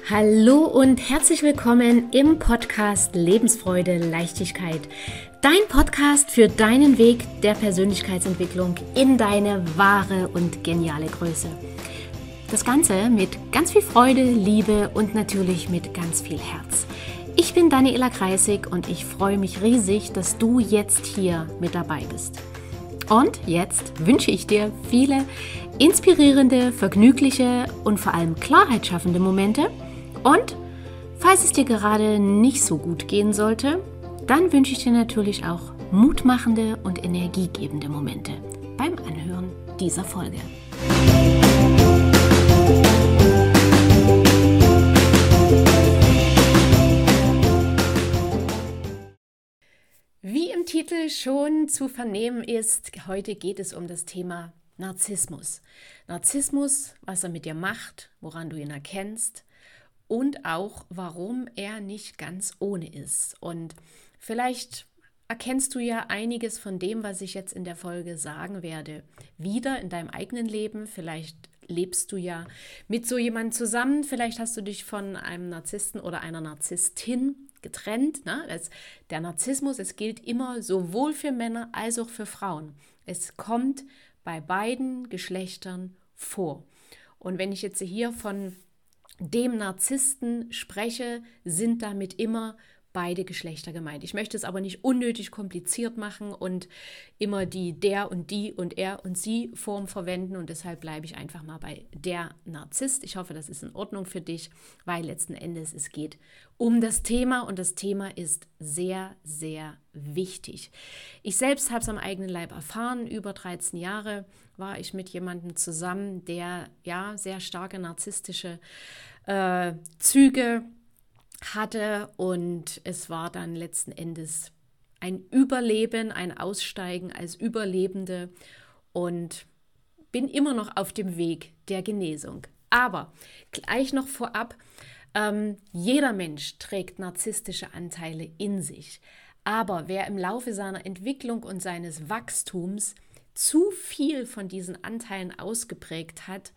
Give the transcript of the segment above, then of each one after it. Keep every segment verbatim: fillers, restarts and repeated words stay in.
Hallo und herzlich willkommen im Podcast Lebensfreude, Leichtigkeit. Dein Podcast für deinen Weg der Persönlichkeitsentwicklung in deine wahre und geniale Größe. Das Ganze mit ganz viel Freude, Liebe und natürlich mit ganz viel Herz. Ich bin Daniela Kreisig und ich freue mich riesig, dass du jetzt hier mit dabei bist. Und jetzt wünsche ich dir viele inspirierende, vergnügliche und vor allem Klarheit schaffende Momente. Und falls es dir gerade nicht so gut gehen sollte, dann wünsche ich dir natürlich auch mutmachende und energiegebende Momente beim Anhören dieser Folge. Wie im Titel schon zu vernehmen ist, heute geht es um das Thema Narzissmus. Narzissmus, was er mit dir macht, woran du ihn erkennst und auch, warum er nicht ganz ohne ist. Und vielleicht erkennst du ja einiges von dem, was ich jetzt in der Folge sagen werde, wieder in deinem eigenen Leben. Vielleicht lebst du ja mit so jemandem zusammen, vielleicht hast du dich von einem Narzissten oder einer Narzisstin getrennt. Ne? Das, der Narzissmus, es gilt immer sowohl für Männer als auch für Frauen. Es kommt bei beiden Geschlechtern vor. Und wenn ich jetzt hier von dem Narzissten spreche, sind damit immer beide Geschlechter gemeint. Ich möchte es aber nicht unnötig kompliziert machen und immer die der und die und er und sie Form verwenden und deshalb bleibe ich einfach mal bei der Narzisst. Ich hoffe, das ist in Ordnung für dich, weil letzten Endes es geht um das Thema und das Thema ist sehr, sehr wichtig. Ich selbst habe es am eigenen Leib erfahren. Über dreizehn Jahre war ich mit jemandem zusammen, der ja sehr starke narzisstische äh, Züge hatte und es war dann letzten Endes ein Überleben, ein Aussteigen als Überlebende und bin immer noch auf dem Weg der Genesung. Aber gleich noch vorab, ähm, jeder Mensch trägt narzisstische Anteile in sich. Aber wer im Laufe seiner Entwicklung und seines Wachstums zu viel von diesen Anteilen ausgeprägt hat,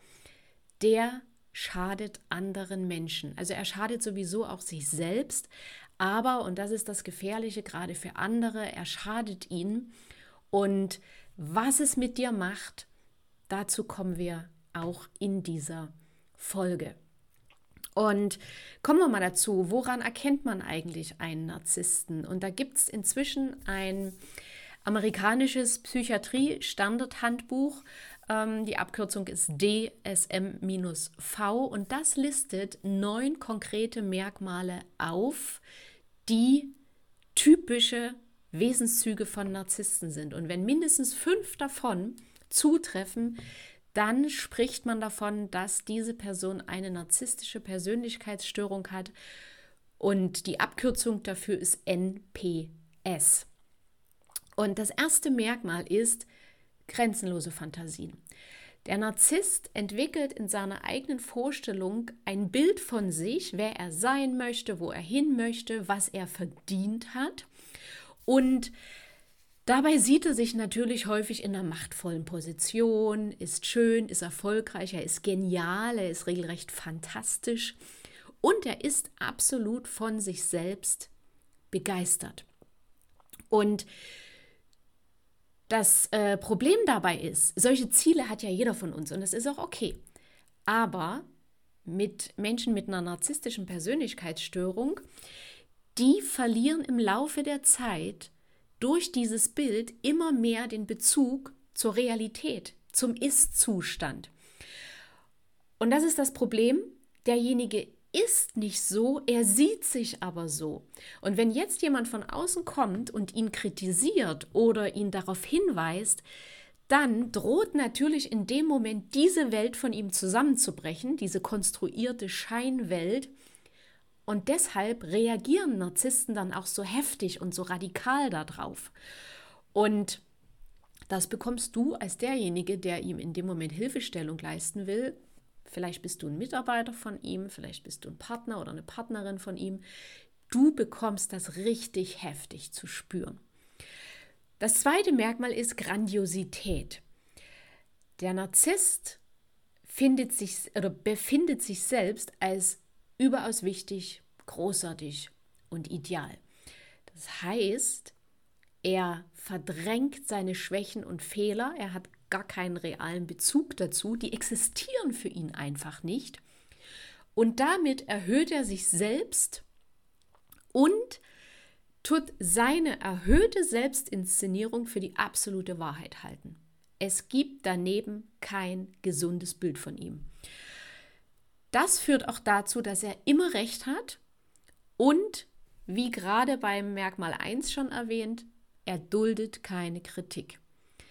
der schadet anderen Menschen. Also er schadet sowieso auch sich selbst, aber, und das ist das Gefährliche gerade für andere, er schadet ihnen. Und was es mit dir macht, dazu kommen wir auch in dieser Folge. Und kommen wir mal dazu, woran erkennt man eigentlich einen Narzissten? Und da gibt es inzwischen ein amerikanisches Psychiatrie-Standardhandbuch. Ähm, die Abkürzung ist D S M V und das listet neun konkrete Merkmale auf, die typische Wesenszüge von Narzissten sind. Und wenn mindestens fünf davon zutreffen, dann spricht man davon, dass diese Person eine narzisstische Persönlichkeitsstörung hat und die Abkürzung dafür ist N P S. Und das erste Merkmal ist grenzenlose Fantasien. Der Narzisst entwickelt in seiner eigenen Vorstellung ein Bild von sich, wer er sein möchte, wo er hin möchte, was er verdient hat. Und dabei sieht er sich natürlich häufig in einer machtvollen Position, ist schön, ist erfolgreich, er ist genial, er ist regelrecht fantastisch und er ist absolut von sich selbst begeistert. Und das äh, Problem dabei ist, solche Ziele hat ja jeder von uns und das ist auch okay. Aber mit Menschen mit einer narzisstischen Persönlichkeitsstörung, die verlieren im Laufe der Zeit durch dieses Bild immer mehr den Bezug zur Realität, zum Ist-Zustand. Und das ist das Problem, derjenige ist nicht so, er sieht sich aber so. Und wenn jetzt jemand von außen kommt und ihn kritisiert oder ihn darauf hinweist, dann droht natürlich in dem Moment diese Welt von ihm zusammenzubrechen, diese konstruierte Scheinwelt. Und deshalb reagieren Narzissten dann auch so heftig und so radikal darauf. Und das bekommst du als derjenige, der ihm in dem Moment Hilfestellung leisten will. Vielleicht bist du ein Mitarbeiter von ihm, vielleicht bist du ein Partner oder eine Partnerin von ihm. Du bekommst das richtig heftig zu spüren. Das zweite Merkmal ist Grandiosität. Der Narzisst findet sich oder befindet sich selbst als überaus wichtig, großartig und ideal. Das heißt, er verdrängt seine Schwächen und Fehler, er hat gar keinen realen Bezug dazu, die existieren für ihn einfach nicht. Und damit erhöht er sich selbst und tut seine erhöhte Selbstinszenierung für die absolute Wahrheit halten. Es gibt daneben kein gesundes Bild von ihm. Das führt auch dazu, dass er immer recht hat und, wie gerade beim Merkmal eins schon erwähnt, er duldet keine Kritik.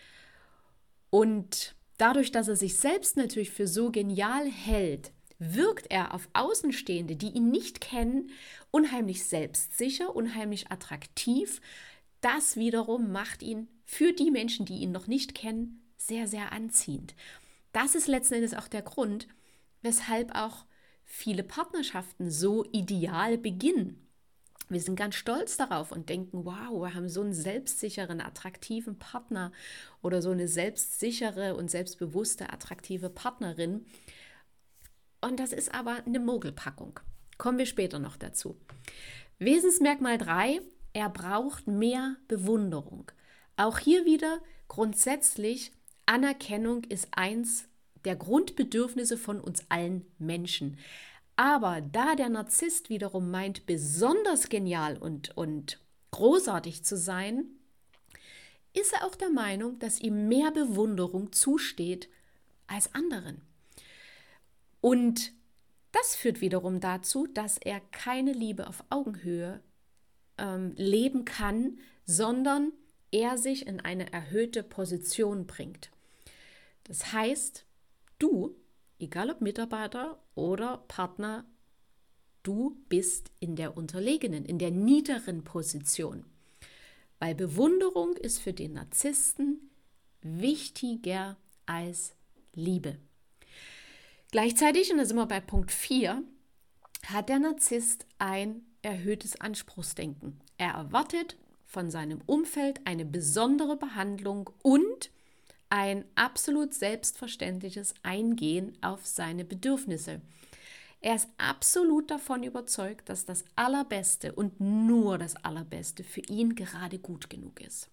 Und dadurch, dass er sich selbst natürlich für so genial hält, wirkt er auf Außenstehende, die ihn nicht kennen, unheimlich selbstsicher, unheimlich attraktiv. Das wiederum macht ihn für die Menschen, die ihn noch nicht kennen, sehr, sehr anziehend. Das ist letzten Endes auch der Grund, weshalb auch viele Partnerschaften so ideal beginnen. Wir sind ganz stolz darauf und denken, wow, wir haben so einen selbstsicheren, attraktiven Partner oder so eine selbstsichere und selbstbewusste, attraktive Partnerin. Und das ist aber eine Mogelpackung. Kommen wir später noch dazu. Wesensmerkmal drei, er braucht mehr Bewunderung. Auch hier wieder grundsätzlich, Anerkennung ist eins der Grundbedürfnisse von uns allen Menschen. Aber da der Narzisst wiederum meint, besonders genial und, und großartig zu sein, ist er auch der Meinung, dass ihm mehr Bewunderung zusteht als anderen. Und das führt wiederum dazu, dass er keine Liebe auf Augenhöhe ähm, leben kann, sondern er sich in eine erhöhte Position bringt. Das heißt, du, egal ob Mitarbeiter oder Partner, du bist in der unterlegenen, in der niederen Position. Weil Bewunderung ist für den Narzissten wichtiger als Liebe. Gleichzeitig, und da sind wir bei Punkt vier, hat der Narzisst ein erhöhtes Anspruchsdenken. Er erwartet von seinem Umfeld eine besondere Behandlung und ein absolut selbstverständliches Eingehen auf seine Bedürfnisse. Er ist absolut davon überzeugt, dass das Allerbeste und nur das Allerbeste für ihn gerade gut genug ist.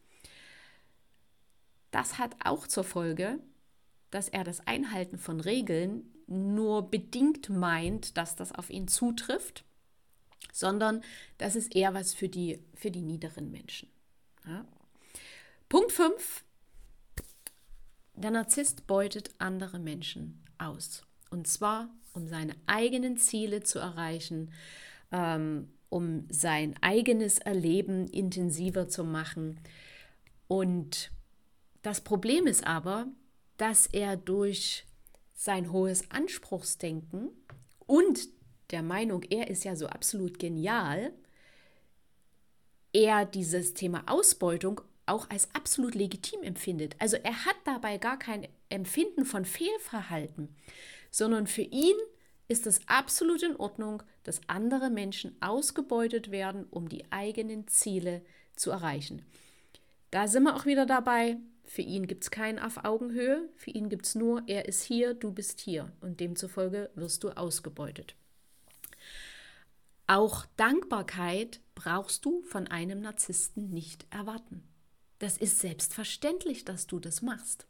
Das hat auch zur Folge, dass er das Einhalten von Regeln nur bedingt meint, dass das auf ihn zutrifft, sondern das ist eher was für die, für die niederen Menschen. Ja. Punkt fünf. Der Narzisst beutet andere Menschen aus. Und zwar, um seine eigenen Ziele zu erreichen, ähm, um sein eigenes Erleben intensiver zu machen. Und das Problem ist aber, dass er durch sein hohes Anspruchsdenken und der Meinung, er ist ja so absolut genial, er dieses Thema Ausbeutung auch als absolut legitim empfindet. Also er hat dabei gar kein Empfinden von Fehlverhalten, sondern für ihn ist es absolut in Ordnung, dass andere Menschen ausgebeutet werden, um die eigenen Ziele zu erreichen. Da sind wir auch wieder dabei, für ihn gibt es kein auf Augenhöhe, für ihn gibt es nur, er ist hier, du bist hier und demzufolge wirst du ausgebeutet. Auch Dankbarkeit brauchst du von einem Narzissten nicht erwarten. Das ist selbstverständlich, dass du das machst.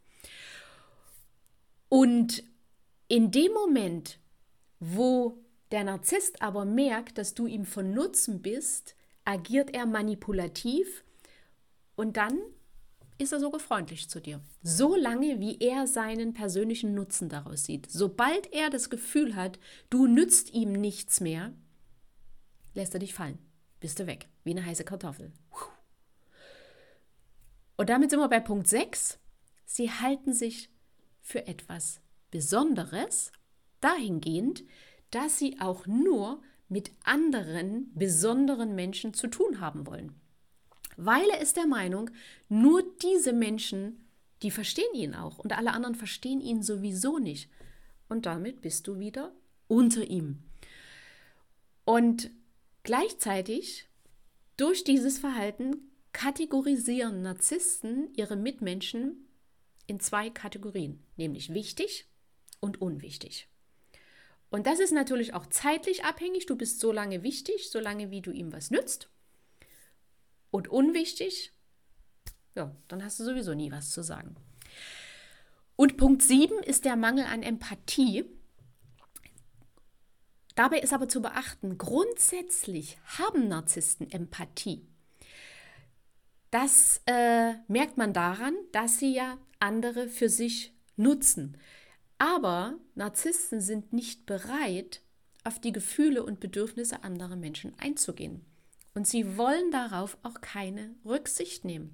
Und in dem Moment, wo der Narzisst aber merkt, dass du ihm von Nutzen bist, agiert er manipulativ und dann ist er sogar freundlich zu dir. So lange, wie er seinen persönlichen Nutzen daraus sieht. Sobald er das Gefühl hat, du nützt ihm nichts mehr, lässt er dich fallen. Bist du weg, wie eine heiße Kartoffel. Und damit sind wir bei Punkt sechs. Sie halten sich für etwas Besonderes, dahingehend, dass sie auch nur mit anderen besonderen Menschen zu tun haben wollen. Weil er ist der Meinung, nur diese Menschen, die verstehen ihn auch und alle anderen verstehen ihn sowieso nicht. Und damit bist du wieder unter ihm. Und gleichzeitig, durch dieses Verhalten, kategorisieren Narzissten ihre Mitmenschen in zwei Kategorien, nämlich wichtig und unwichtig. Und das ist natürlich auch zeitlich abhängig. Du bist so lange wichtig, solange wie du ihm was nützt. Und unwichtig, ja, dann hast du sowieso nie was zu sagen. Und Punkt sieben ist der Mangel an Empathie. Dabei ist aber zu beachten, grundsätzlich haben Narzissten Empathie. Das äh, merkt man daran, dass sie ja andere für sich nutzen. Aber Narzissten sind nicht bereit, auf die Gefühle und Bedürfnisse anderer Menschen einzugehen. Und sie wollen darauf auch keine Rücksicht nehmen.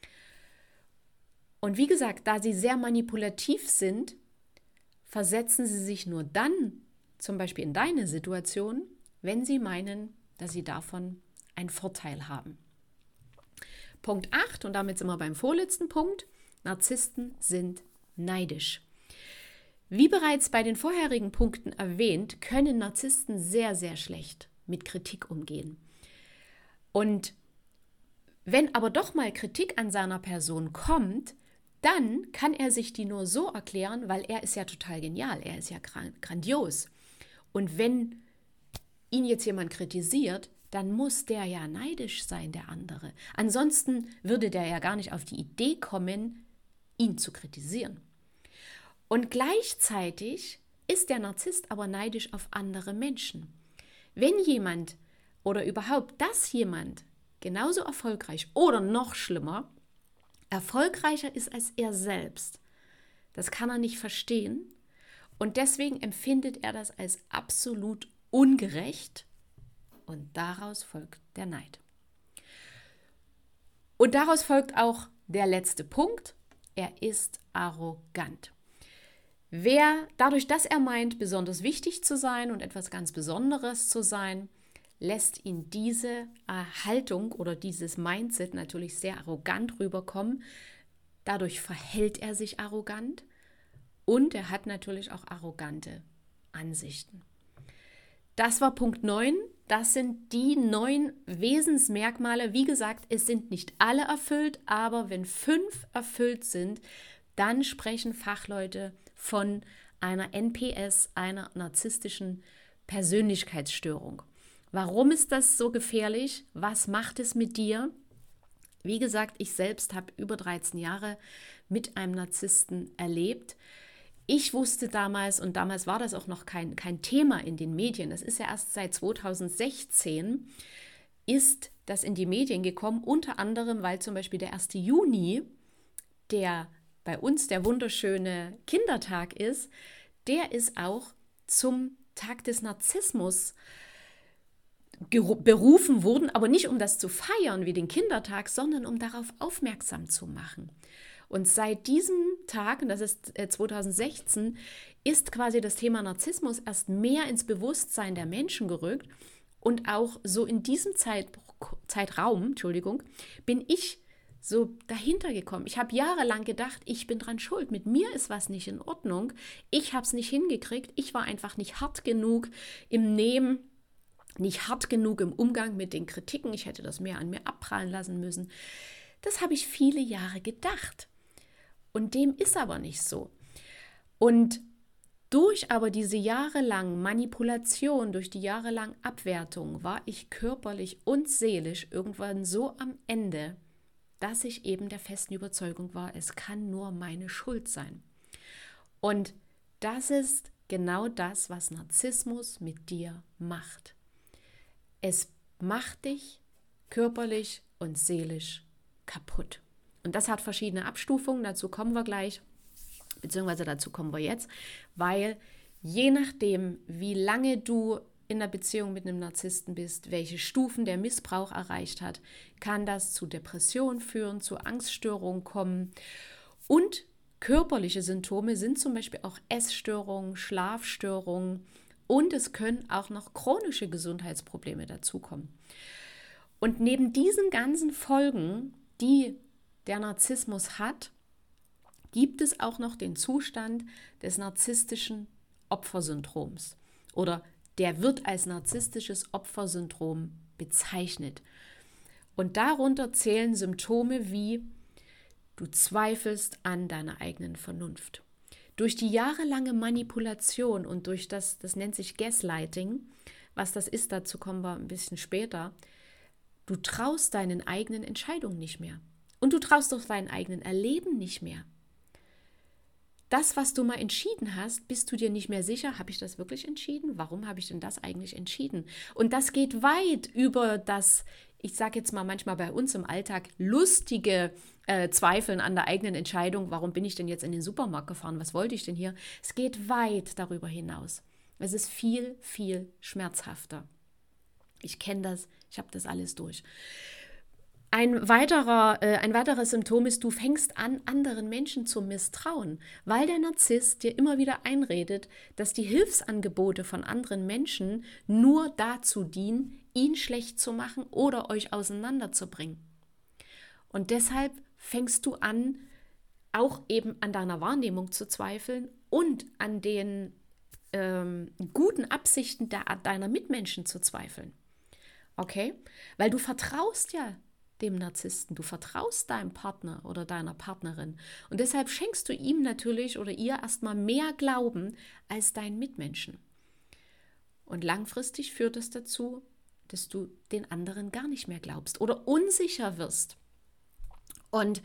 Und wie gesagt, da sie sehr manipulativ sind, versetzen sie sich nur dann zum Beispiel in deine Situation, wenn sie meinen, dass sie davon einen Vorteil haben. Punkt acht, und damit sind wir beim vorletzten Punkt, Narzissten sind neidisch. Wie bereits bei den vorherigen Punkten erwähnt, können Narzissten sehr, sehr schlecht mit Kritik umgehen. Und wenn aber doch mal Kritik an seiner Person kommt, dann kann er sich die nur so erklären, weil er ist ja total genial, er ist ja grandios. Und wenn ihn jetzt jemand kritisiert, dann muss der ja neidisch sein, der andere. Ansonsten würde der ja gar nicht auf die Idee kommen, ihn zu kritisieren. Und gleichzeitig ist der Narzisst aber neidisch auf andere Menschen. Wenn jemand oder überhaupt, dass jemand genauso erfolgreich oder noch schlimmer, erfolgreicher ist als er selbst, das kann er nicht verstehen und deswegen empfindet er das als absolut ungerecht und daraus folgt der Neid. Und daraus folgt auch der letzte Punkt, er ist arrogant. Wer dadurch, dass er meint, besonders wichtig zu sein und etwas ganz Besonderes zu sein, lässt ihn diese Haltung oder dieses Mindset natürlich sehr arrogant rüberkommen. Dadurch verhält er sich arrogant und er hat natürlich auch arrogante Ansichten. Das war Punkt neun. Das sind die neun Wesensmerkmale. Wie gesagt, es sind nicht alle erfüllt, aber wenn fünf erfüllt sind, dann sprechen Fachleute von einer N P S, einer narzisstischen Persönlichkeitsstörung. Warum ist das so gefährlich? Was macht es mit dir? Wie gesagt, ich selbst habe über dreizehn Jahre mit einem Narzissten erlebt. Ich wusste damals, und damals war das auch noch kein, kein Thema in den Medien, das ist ja erst seit zweitausendsechzehn, ist das in die Medien gekommen, unter anderem, weil zum Beispiel der erste Juni, der bei uns der wunderschöne Kindertag ist, der ist auch zum Tag des Narzissmus berufen worden, aber nicht um das zu feiern wie den Kindertag, sondern um darauf aufmerksam zu machen. Und seit diesem Tag, und das ist zweitausendsechzehn, ist quasi das Thema Narzissmus erst mehr ins Bewusstsein der Menschen gerückt. Und auch so in diesem Zeit, Zeitraum, Entschuldigung, bin ich so dahinter gekommen. Ich habe jahrelang gedacht, ich bin dran schuld. Mit mir ist was nicht in Ordnung. Ich habe es nicht hingekriegt. Ich war einfach nicht hart genug im Nehmen, nicht hart genug im Umgang mit den Kritiken. Ich hätte das mehr an mir abprallen lassen müssen. Das habe ich viele Jahre gedacht. Und dem ist aber nicht so. Und durch aber diese jahrelang Manipulation, durch die jahrelang Abwertung, war ich körperlich und seelisch irgendwann so am Ende, dass ich eben der festen Überzeugung war, es kann nur meine Schuld sein. Und das ist genau das, was Narzissmus mit dir macht. Es macht dich körperlich und seelisch kaputt. Und das hat verschiedene Abstufungen, dazu kommen wir gleich, beziehungsweise dazu kommen wir jetzt, weil je nachdem, wie lange du in einer Beziehung mit einem Narzissten bist, welche Stufen der Missbrauch erreicht hat, kann das zu Depressionen führen, zu Angststörungen kommen. Und körperliche Symptome sind zum Beispiel auch Essstörungen, Schlafstörungen und es können auch noch chronische Gesundheitsprobleme dazukommen. Und neben diesen ganzen Folgen, die der Narzissmus hat, gibt es auch noch den Zustand des narzisstischen Opfersyndroms oder der wird als narzisstisches Opfersyndrom bezeichnet. Und darunter zählen Symptome wie du zweifelst an deiner eigenen Vernunft. durch die jahrelange Manipulation und durch das, das nennt sich Gaslighting, was das ist, dazu kommen wir ein bisschen später, du traust deinen eigenen Entscheidungen nicht mehr. Und du traust auch deinen eigenen Erleben nicht mehr. Das, was du mal entschieden hast, bist du dir nicht mehr sicher, habe ich das wirklich entschieden? Warum habe ich denn das eigentlich entschieden? Und das geht weit über das, ich sage jetzt mal manchmal bei uns im Alltag, lustige äh, Zweifeln an der eigenen Entscheidung. Warum bin ich denn jetzt in den Supermarkt gefahren? Was wollte ich denn hier? Es geht weit darüber hinaus. Es ist viel, viel schmerzhafter. Ich kenne das, ich habe das alles durch. Ein, weiterer, äh, ein weiteres Symptom ist, du fängst an, anderen Menschen zu misstrauen, weil der Narzisst dir immer wieder einredet, dass die Hilfsangebote von anderen Menschen nur dazu dienen, ihn schlecht zu machen oder euch auseinanderzubringen. Und deshalb fängst du an, auch eben an deiner Wahrnehmung zu zweifeln und an den ähm, guten Absichten der, deiner Mitmenschen zu zweifeln. Okay? Weil du vertraust ja dem Narzissten. Du vertraust deinem Partner oder deiner Partnerin. Und deshalb schenkst du ihm natürlich oder ihr erstmal mehr Glauben als deinen Mitmenschen. Und langfristig führt es dazu, dass du den anderen gar nicht mehr glaubst oder unsicher wirst. Und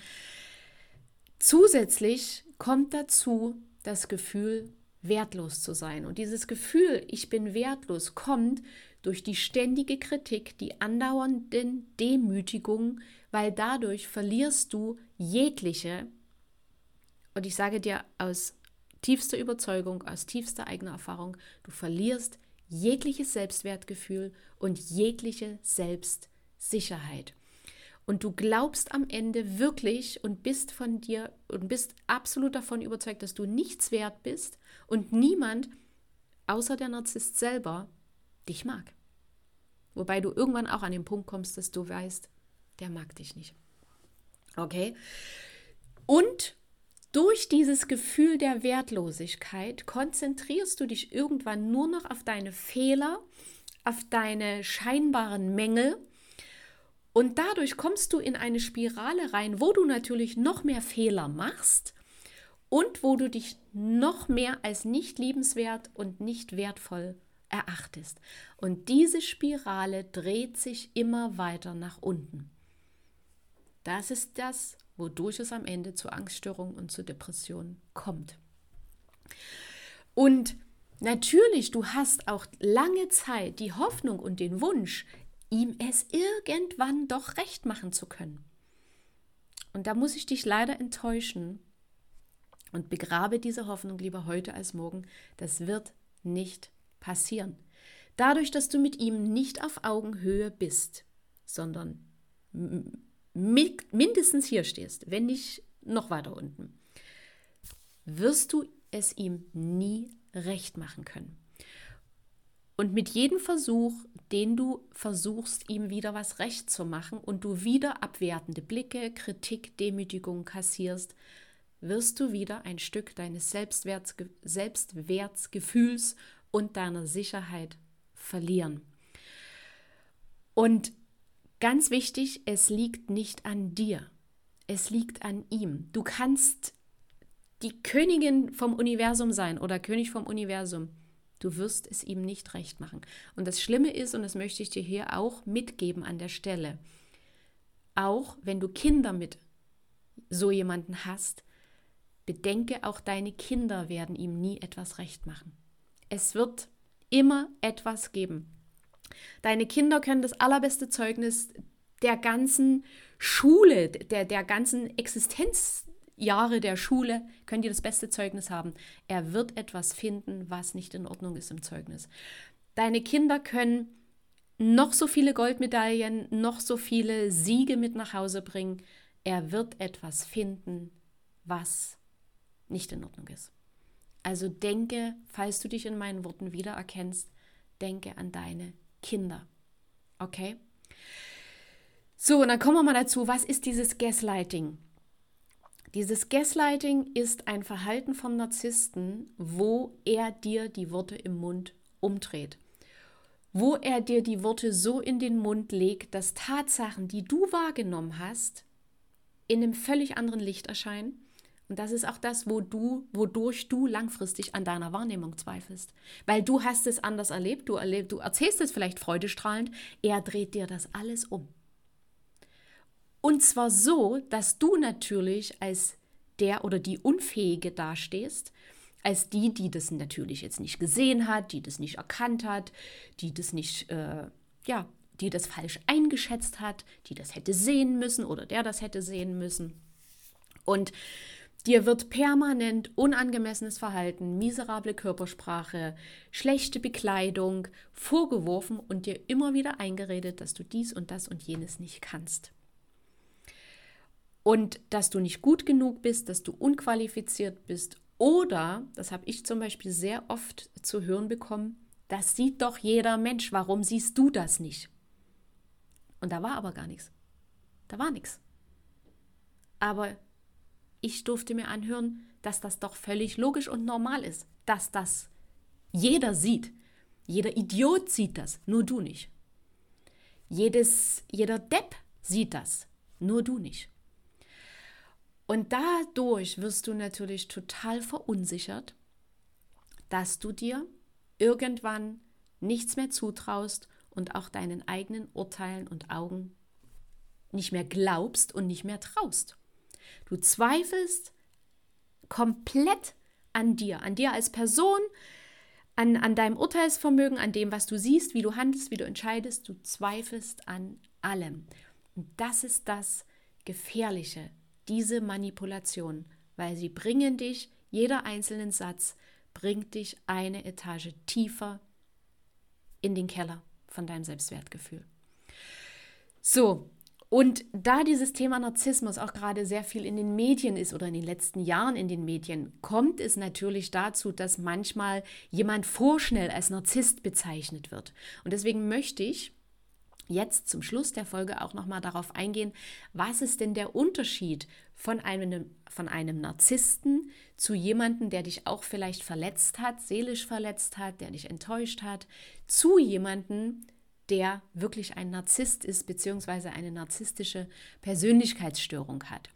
zusätzlich kommt dazu das Gefühl, wertlos zu sein. Und dieses Gefühl, ich bin wertlos, kommt durch die ständige Kritik, die andauernden Demütigungen, weil dadurch verlierst du jegliche, und ich sage dir aus tiefster Überzeugung, aus tiefster eigener Erfahrung, du verlierst jegliches Selbstwertgefühl und jegliche Selbstsicherheit. Und du glaubst am Ende wirklich und bist von dir und bist absolut davon überzeugt, dass du nichts wert bist und niemand, außer der Narzisst selber, dich mag. Wobei du irgendwann auch an den Punkt kommst, dass du weißt, der mag dich nicht. Okay? Und durch dieses Gefühl der Wertlosigkeit konzentrierst du dich irgendwann nur noch auf deine Fehler, auf deine scheinbaren Mängel. Und dadurch kommst du in eine Spirale rein, wo du natürlich noch mehr Fehler machst und wo du dich noch mehr als nicht liebenswert und nicht wertvoll erachtest. Und diese Spirale dreht sich immer weiter nach unten. Das ist das, wodurch es am Ende zu Angststörungen und zu Depressionen kommt. Und natürlich, du hast auch lange Zeit die Hoffnung und den Wunsch, ihm es irgendwann doch recht machen zu können. Und da muss ich dich leider enttäuschen und begrabe diese Hoffnung lieber heute als morgen. Das wird nicht passieren. Dadurch, dass du mit ihm nicht auf Augenhöhe bist, sondern mindestens hier stehst, wenn nicht noch weiter unten, wirst du es ihm nie recht machen können. Und mit jedem Versuch, den du versuchst, ihm wieder was recht zu machen und du wieder abwertende Blicke, Kritik, Demütigung kassierst, wirst du wieder ein Stück deines Selbstwerts, Selbstwertgefühls und deiner Sicherheit verlieren. Und ganz wichtig, es liegt nicht an dir, es liegt an ihm. Du kannst die Königin vom Universum sein oder König vom Universum. Du wirst es ihm nicht recht machen. Und das Schlimme ist, und das möchte ich dir hier auch mitgeben an der Stelle, auch wenn du Kinder mit so jemanden hast, bedenke, auch deine Kinder werden ihm nie etwas recht machen. Es wird immer etwas geben. Deine Kinder können das allerbeste Zeugnis der ganzen Schule, der, der ganzen Existenzjahre der Schule, können die das beste Zeugnis haben. Er wird etwas finden, was nicht in Ordnung ist im Zeugnis. Deine Kinder können noch so viele Goldmedaillen, noch so viele Siege mit nach Hause bringen. Er wird etwas finden, was nicht in Ordnung ist. Also denke, falls du dich in meinen Worten wiedererkennst, denke an deine Kinder. Okay? So, und dann kommen wir mal dazu, was ist dieses Gaslighting? Dieses Gaslighting ist ein Verhalten vom Narzissten, wo er dir die Worte im Mund umdreht. Wo er dir die Worte so in den Mund legt, dass Tatsachen, die du wahrgenommen hast, in einem völlig anderen Licht erscheinen. Und Und das ist auch das, wo du, wodurch du langfristig an deiner Wahrnehmung zweifelst. Weil du hast es anders erlebt, du, erleb, du erzählst es vielleicht freudestrahlend, er dreht dir das alles um. Und zwar so, dass du natürlich als der oder die Unfähige dastehst, als die, die das natürlich jetzt nicht gesehen hat, die das nicht erkannt hat, die das nicht, äh, ja, die das falsch eingeschätzt hat, die das hätte sehen müssen oder der das hätte sehen müssen. Und dir wird permanent unangemessenes Verhalten, miserable Körpersprache, schlechte Bekleidung vorgeworfen und dir immer wieder eingeredet, dass du dies und das und jenes nicht kannst. Und dass du nicht gut genug bist, dass du unqualifiziert bist oder, das habe ich zum Beispiel sehr oft zu hören bekommen, das sieht doch jeder Mensch, warum siehst du das nicht? Und da war aber gar nichts. Da war nichts. Aber ich durfte mir anhören, dass das doch völlig logisch und normal ist, dass das jeder sieht. Jeder Idiot sieht das, nur du nicht. Jedes, jeder Depp sieht das, nur du nicht. Und dadurch wirst du natürlich total verunsichert, dass du dir irgendwann nichts mehr zutraust und auch deinen eigenen Urteilen und Augen nicht mehr glaubst und nicht mehr traust. Du zweifelst komplett an dir, an dir als Person, an, an deinem Urteilsvermögen, an dem, was du siehst, wie du handelst, wie du entscheidest. Du zweifelst an allem. Und das ist das Gefährliche, diese Manipulation, weil sie bringen dich, jeder einzelne Satz bringt dich eine Etage tiefer in den Keller von deinem Selbstwertgefühl. So, und da dieses Thema Narzissmus auch gerade sehr viel in den Medien ist oder in den letzten Jahren in den Medien, kommt es natürlich dazu, dass manchmal jemand vorschnell als Narzisst bezeichnet wird. Und deswegen möchte ich jetzt zum Schluss der Folge auch nochmal darauf eingehen, was ist denn der Unterschied von einem, von einem Narzissten zu jemandem, der dich auch vielleicht verletzt hat, seelisch verletzt hat, der dich enttäuscht hat, zu jemandem, der wirklich ein Narzisst ist, beziehungsweise eine narzisstische Persönlichkeitsstörung hat.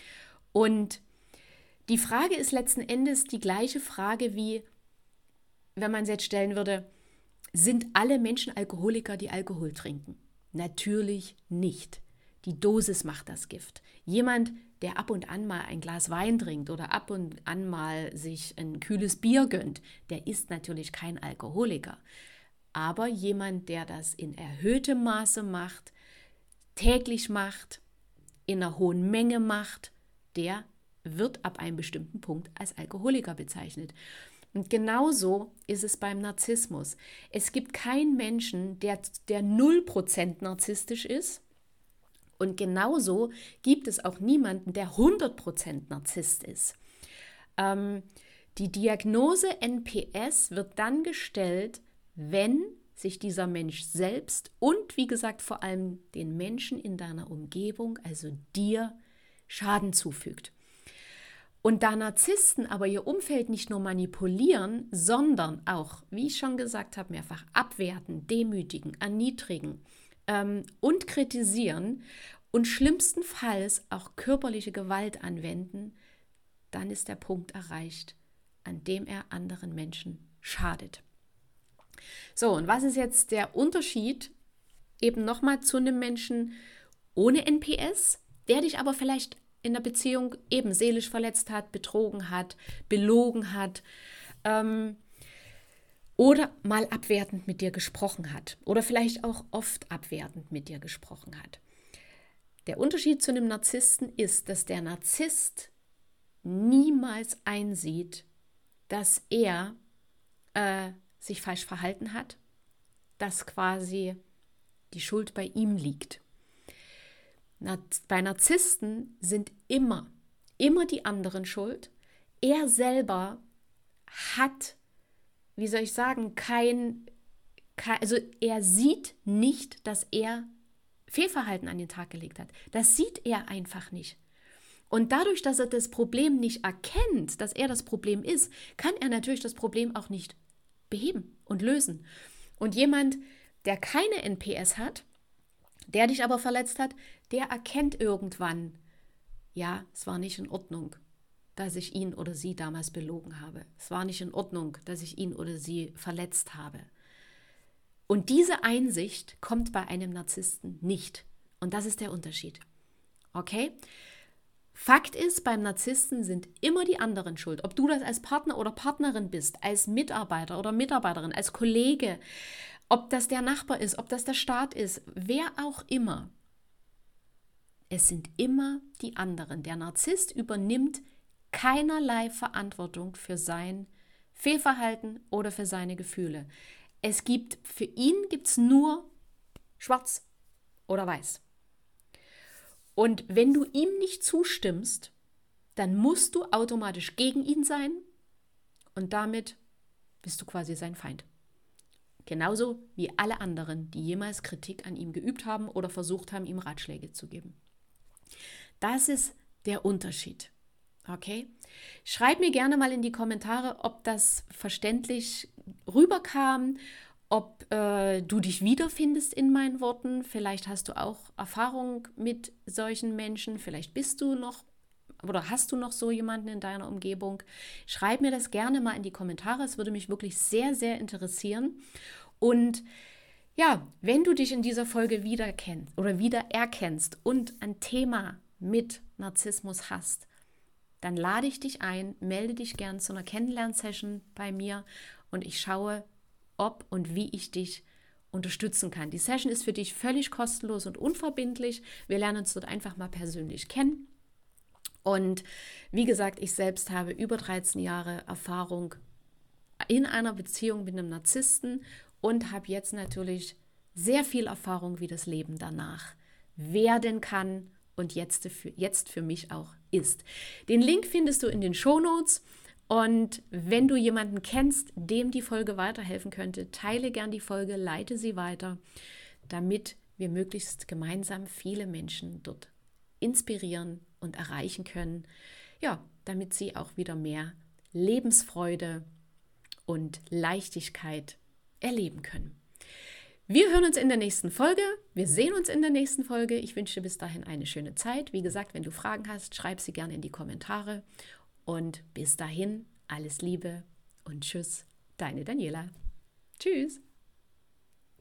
Und die Frage ist letzten Endes die gleiche Frage wie, wenn man es jetzt stellen würde, sind alle Menschen Alkoholiker, die Alkohol trinken? Natürlich nicht. Die Dosis macht das Gift. Jemand, der ab und an mal ein Glas Wein trinkt oder ab und an mal sich ein kühles Bier gönnt, der ist natürlich kein Alkoholiker. Aber jemand, der das in erhöhtem Maße macht, täglich macht, in einer hohen Menge macht, der wird ab einem bestimmten Punkt als Alkoholiker bezeichnet. Und genauso ist es beim Narzissmus. Es gibt keinen Menschen, der, der null Prozent narzisstisch ist. Und genauso gibt es auch niemanden, der hundert Prozent Narzisst ist. Ähm, die Diagnose N P S wird dann gestellt, wenn sich dieser Mensch selbst und, wie gesagt, vor allem den Menschen in deiner Umgebung, also dir, Schaden zufügt. Und da Narzissten aber ihr Umfeld nicht nur manipulieren, sondern auch, wie ich schon gesagt habe, mehrfach abwerten, demütigen, erniedrigen ähm, und kritisieren und schlimmstenfalls auch körperliche Gewalt anwenden, dann ist der Punkt erreicht, an dem er anderen Menschen schadet. So, und was ist jetzt der Unterschied eben nochmal zu einem Menschen ohne N P S, der dich aber vielleicht in der Beziehung eben seelisch verletzt hat, betrogen hat, belogen hat ähm, oder mal abwertend mit dir gesprochen hat oder vielleicht auch oft abwertend mit dir gesprochen hat. Der Unterschied zu einem Narzissten ist, dass der Narzisst niemals einsieht, dass er äh, sich falsch verhalten hat, dass quasi die Schuld bei ihm liegt. Bei Narzissten sind immer, immer die anderen schuld. Er selber hat, wie soll ich sagen, kein, kein, also er sieht nicht, dass er Fehlverhalten an den Tag gelegt hat. Das sieht er einfach nicht. Und dadurch, dass er das Problem nicht erkennt, dass er das Problem ist, kann er natürlich das Problem auch nicht beheben und lösen. Und jemand, der keine N P S hat, der dich aber verletzt hat, der erkennt irgendwann, ja, es war nicht in Ordnung. dass ich ihn oder sie damals belogen habe. Es war nicht in Ordnung, dass ich ihn oder sie verletzt habe. Und diese Einsicht kommt bei einem Narzissten nicht. Und das ist der Unterschied. Okay? Fakt ist, beim Narzissten sind immer die anderen schuld. Ob du das als Partner oder Partnerin bist, als Mitarbeiter oder Mitarbeiterin, als Kollege, ob das der Nachbar ist, ob das der Staat ist, wer auch immer. Es sind immer die anderen. Der Narzisst übernimmt keinerlei Verantwortung für sein Fehlverhalten oder für seine Gefühle. Es gibt, für ihn gibt es nur schwarz oder weiß. Und wenn du ihm nicht zustimmst, dann musst du automatisch gegen ihn sein und damit bist du quasi sein Feind. Genauso wie alle anderen, die jemals Kritik an ihm geübt haben oder versucht haben, ihm Ratschläge zu geben. Das ist der Unterschied. Okay? Schreib mir gerne mal in die Kommentare, ob das verständlich rüberkam, ob äh, du dich wiederfindest in meinen Worten. Vielleicht hast du auch Erfahrung mit solchen Menschen. Vielleicht bist du noch oder hast du noch so jemanden in deiner Umgebung. Schreib mir das gerne mal in die Kommentare. Es würde mich wirklich sehr, sehr interessieren. Und ja, wenn du dich in dieser Folge wiederkennst oder wiedererkennst und ein Thema mit Narzissmus hast, dann lade ich dich ein, melde dich gern zu einer Kennenlernsession bei mir und ich schaue, ob und wie ich dich unterstützen kann. Die Session ist für dich völlig kostenlos und unverbindlich. Wir lernen uns dort einfach mal persönlich kennen. Und wie gesagt, ich selbst habe über dreizehn Jahre Erfahrung in einer Beziehung mit einem Narzissten und habe jetzt natürlich sehr viel Erfahrung, wie das Leben danach werden kann und jetzt für, jetzt für mich auch ist. Den Link findest du in den Shownotes. Und wenn du jemanden kennst, dem die Folge weiterhelfen könnte, teile gern die Folge, leite sie weiter, damit wir möglichst gemeinsam viele Menschen dort inspirieren und erreichen können, ja, damit sie auch wieder mehr Lebensfreude und Leichtigkeit erleben können. Wir hören uns in der nächsten Folge. Wir sehen uns in der nächsten Folge. Ich wünsche dir bis dahin eine schöne Zeit. Wie gesagt, wenn du Fragen hast, schreib sie gerne in die Kommentare. Und bis dahin, alles Liebe und tschüss, deine Daniela. Tschüss.